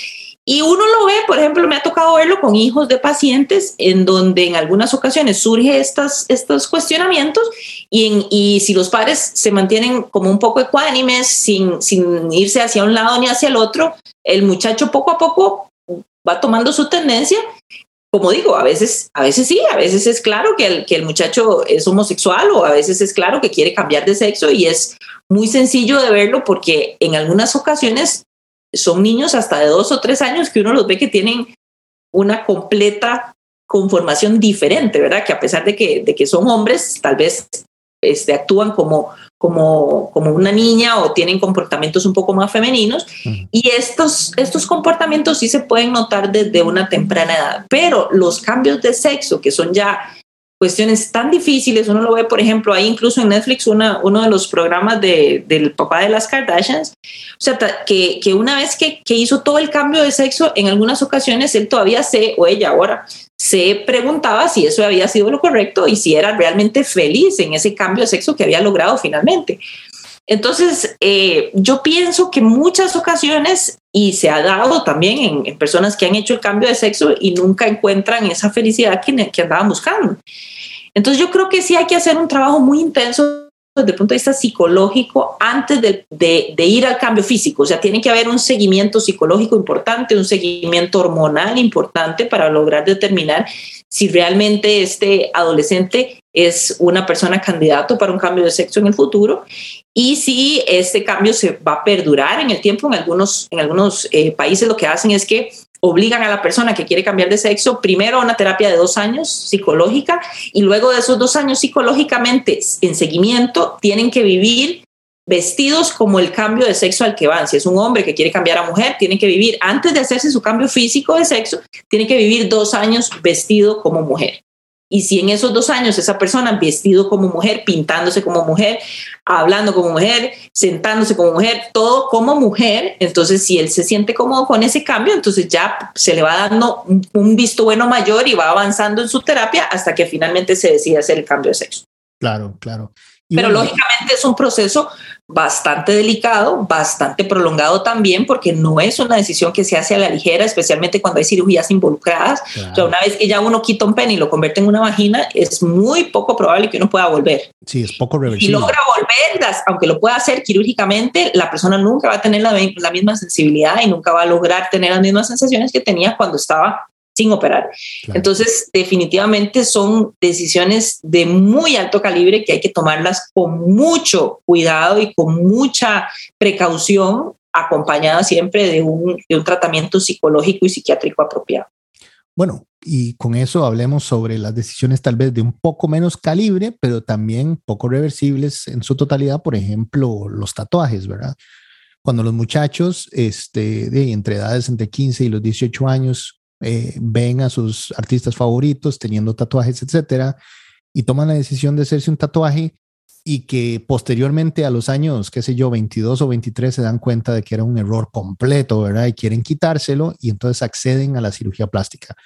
S2: Y uno lo ve, por ejemplo, me ha tocado verlo con hijos de pacientes en donde en algunas ocasiones surge estas, estos cuestionamientos y, en, y si los padres se mantienen como un poco ecuánimes, sin, sin irse hacia un lado ni hacia el otro, el muchacho poco a poco va tomando su tendencia. Como digo, a veces, a veces sí, a veces es claro que el, que el muchacho es homosexual o a veces es claro que quiere cambiar de sexo y es muy sencillo de verlo porque en algunas ocasiones son niños hasta de dos o tres años que uno los ve que tienen una completa conformación diferente, ¿verdad? Que a pesar de que, de que son hombres, tal vez este, actúan como, como, como una niña o tienen comportamientos un poco más femeninos. Uh-huh. Y estos, estos comportamientos sí se pueden notar desde una temprana edad. Pero los cambios de sexo, que son ya cuestiones tan difíciles, uno lo ve, por ejemplo, ahí incluso en Netflix, una, uno de los programas de, del papá de las Kardashians, o sea, que, que una vez que, que hizo todo el cambio de sexo, en algunas ocasiones él todavía se, o ella ahora, se preguntaba si eso había sido lo correcto y si era realmente feliz en ese cambio de sexo que había logrado finalmente. Entonces, eh, yo pienso que muchas ocasiones, y se ha dado también en, en personas que han hecho el cambio de sexo y nunca encuentran esa felicidad que, que andaban buscando. Entonces, yo creo que sí hay que hacer un trabajo muy intenso desde el punto de vista psicológico antes de, de, de ir al cambio físico. O sea, tiene que haber un seguimiento psicológico importante, un seguimiento hormonal importante para lograr determinar si realmente este adolescente es una persona candidato para un cambio de sexo en el futuro y si este cambio se va a perdurar en el tiempo. En algunos, en algunos eh, países lo que hacen es que obligan a la persona que quiere cambiar de sexo primero a una terapia de dos años psicológica y luego de esos dos años psicológicamente en seguimiento tienen que vivir vestidos como el cambio de sexo al que van. Si es un hombre que quiere cambiar a mujer, tiene que vivir, antes de hacerse su cambio físico de sexo, tiene que vivir dos años vestido como mujer. Y si en esos dos años esa persona vestido como mujer, pintándose como mujer, hablando como mujer, sentándose como mujer, todo como mujer, entonces si él se siente cómodo con ese cambio, entonces ya se le va dando un, un visto bueno mayor y va avanzando en su terapia hasta que finalmente se decide hacer el cambio de sexo.
S1: Claro, claro. Y
S2: Pero
S1: bueno,
S2: lógicamente es un proceso bastante delicado, bastante prolongado también, porque no es una decisión que se hace a la ligera, especialmente cuando hay cirugías involucradas. Claro. O sea, una vez que ya uno quita un pene y lo convierte en una vagina, es muy poco probable que uno pueda volver.
S1: Sí, es poco reversible.
S2: Y logra volver, aunque lo pueda hacer quirúrgicamente, la persona nunca va a tener la, la misma sensibilidad y nunca va a lograr tener las mismas sensaciones que tenía cuando estaba sin operar. Claro. Entonces, definitivamente son decisiones de muy alto calibre que hay que tomarlas con mucho cuidado y con mucha precaución, acompañada siempre de un, de un tratamiento psicológico y psiquiátrico apropiado.
S1: Bueno, y con eso hablemos sobre las decisiones tal vez de un poco menos calibre, pero también poco reversibles en su totalidad, por ejemplo, los tatuajes, ¿verdad? Cuando los muchachos este, de entre edades entre quince y los dieciocho años Eh, ven a sus artistas favoritos teniendo tatuajes, etcétera, y toman la decisión de hacerse un tatuaje y que posteriormente a los años, qué sé yo, veintidós o veintitrés se dan cuenta de que era un error completo, ¿verdad? Y quieren quitárselo y entonces acceden a la cirugía plástica.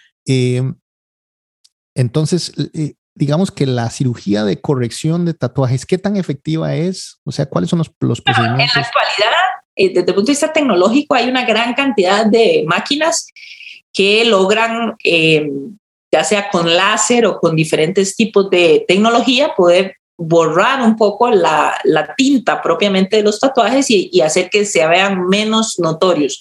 S1: Eh, entonces, eh, digamos que la cirugía de corrección de tatuajes, ¿qué tan efectiva es? O sea, ¿cuáles son los, los procedimientos?
S2: En la actualidad, eh, desde el punto de vista tecnológico, hay una gran cantidad de máquinas que logran, eh, ya sea con láser o con diferentes tipos de tecnología, poder borrar un poco la, la tinta propiamente de los tatuajes y, y hacer que se vean menos notorios.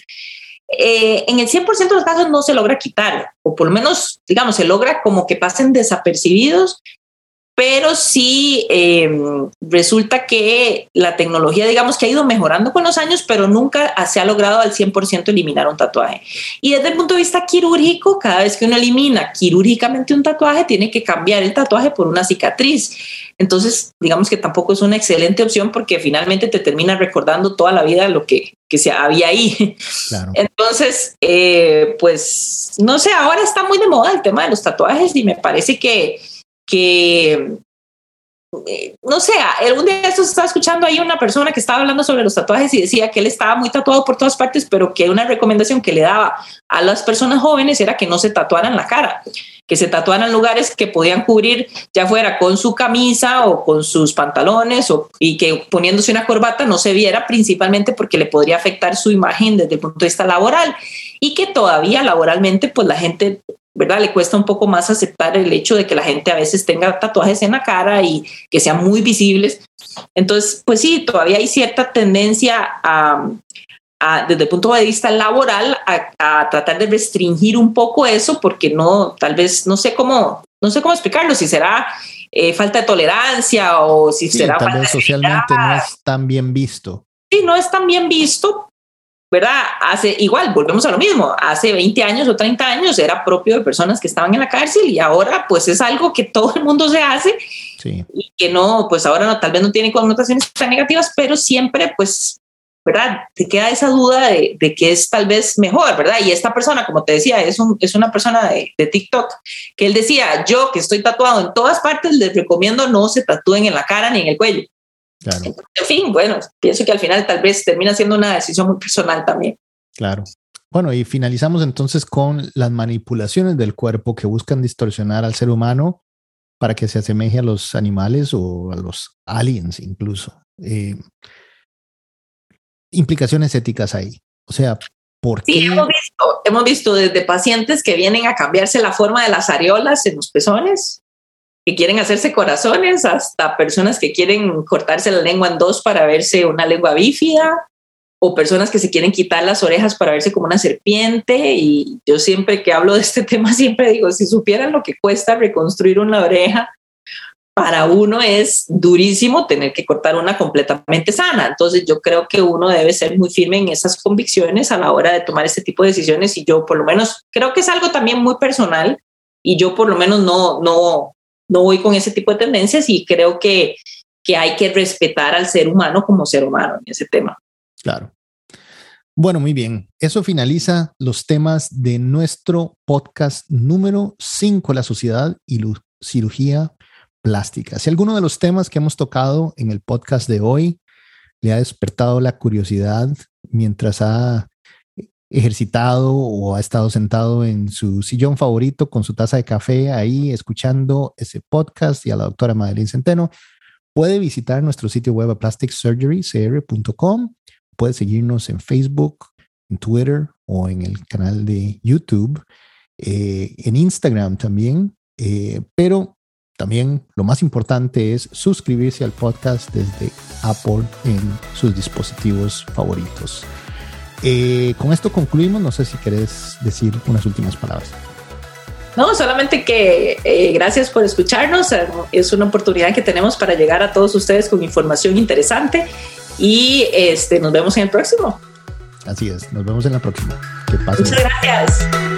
S2: Eh, en el cien por ciento de los casos no se logra quitar, o por lo menos, digamos, se logra como que pasen desapercibidos, pero sí eh, resulta que la tecnología, digamos, que ha ido mejorando con los años, pero nunca se ha logrado al cien por ciento eliminar un tatuaje. Y desde el punto de vista quirúrgico, cada vez que uno elimina quirúrgicamente un tatuaje, tiene que cambiar el tatuaje por una cicatriz. Entonces, digamos que tampoco es una excelente opción porque finalmente te termina recordando toda la vida lo que, que se había ahí. Claro. Entonces, eh, pues, no sé, ahora está muy de moda el tema de los tatuajes y me parece que que, eh, no sé, algún día esto estaba escuchando ahí una persona que estaba hablando sobre los tatuajes y decía que él estaba muy tatuado por todas partes, pero que una recomendación que le daba a las personas jóvenes era que no se tatuaran la cara, que se tatuaran lugares que podían cubrir, ya fuera con su camisa o con sus pantalones, o, y que poniéndose una corbata no se viera, principalmente porque le podría afectar su imagen desde el punto de vista laboral. y que todavía laboralmente pues la gente, ¿verdad?, le cuesta un poco más aceptar el hecho de que la gente a veces tenga tatuajes en la cara y que sean muy visibles. Entonces, pues sí, todavía hay cierta tendencia a, a desde el punto de vista laboral a, a tratar de restringir un poco eso, porque no, tal vez, no sé cómo, no sé cómo explicarlo, si será eh, falta de tolerancia o si
S1: sí,
S2: será
S1: tal
S2: falta
S1: vez
S2: de
S1: socialmente no es tan bien visto.
S2: Sí, no es tan bien visto, ¿verdad? Hace, igual, volvemos a lo mismo, hace veinte años o treinta años era propio de personas que estaban en la cárcel y ahora pues es algo que todo el mundo se hace, sí, y que no, pues ahora no, tal vez no tiene connotaciones tan negativas, pero siempre pues, ¿verdad? Te queda esa duda de, de que es tal vez mejor, ¿verdad? Y esta persona, como te decía, es, un, es una persona de, de TikTok que él decía, yo que estoy tatuado en todas partes, les recomiendo no se tatúen en la cara ni en el cuello. Claro. En fin, bueno, pienso que al final tal vez termina siendo una decisión muy personal también.
S1: Claro. Bueno, y finalizamos entonces con las manipulaciones del cuerpo que buscan distorsionar al ser humano para que se asemeje a los animales o a los aliens incluso. Eh, implicaciones éticas ahí. O sea, ¿por qué?
S2: Sí, hemos visto, hemos visto desde pacientes que vienen a cambiarse la forma de las areolas en los pezones, que quieren hacerse corazones, hasta personas que quieren cortarse la lengua en dos para verse una lengua bífida, o personas que se quieren quitar las orejas para verse como una serpiente. Y yo siempre que hablo de este tema siempre digo, si supieran lo que cuesta reconstruir una oreja, para uno es durísimo tener que cortar una completamente sana. Entonces yo creo que uno debe ser muy firme en esas convicciones a la hora de tomar este tipo de decisiones, y yo por lo menos creo que es algo también muy personal, y yo por lo menos no, no, no voy con ese tipo de tendencias, y creo que, que hay que respetar al ser humano como ser humano en ese tema.
S1: Claro. Bueno, muy bien. Eso finaliza los temas de nuestro podcast número cinco, la sociedad y la cirugía plástica. Si alguno de los temas que hemos tocado en el podcast de hoy le ha despertado la curiosidad mientras ha ejercitado o ha estado sentado en su sillón favorito con su taza de café ahí escuchando ese podcast, y a la doctora Madeline Centeno, puede visitar nuestro sitio web a plastic surgery c r punto com. Puede seguirnos en Facebook, en Twitter o en el canal de YouTube, eh, en Instagram también, eh, pero también lo más importante es suscribirse al podcast desde Apple en sus dispositivos favoritos. Eh, con esto concluimos. No sé si querés decir unas últimas palabras.
S2: No, solamente que eh, gracias por escucharnos. Es una oportunidad que tenemos para llegar a todos ustedes con información interesante, y este, nos vemos en el próximo.
S1: Así es, nos vemos en la próxima. Que pasen.
S2: Muchas gracias.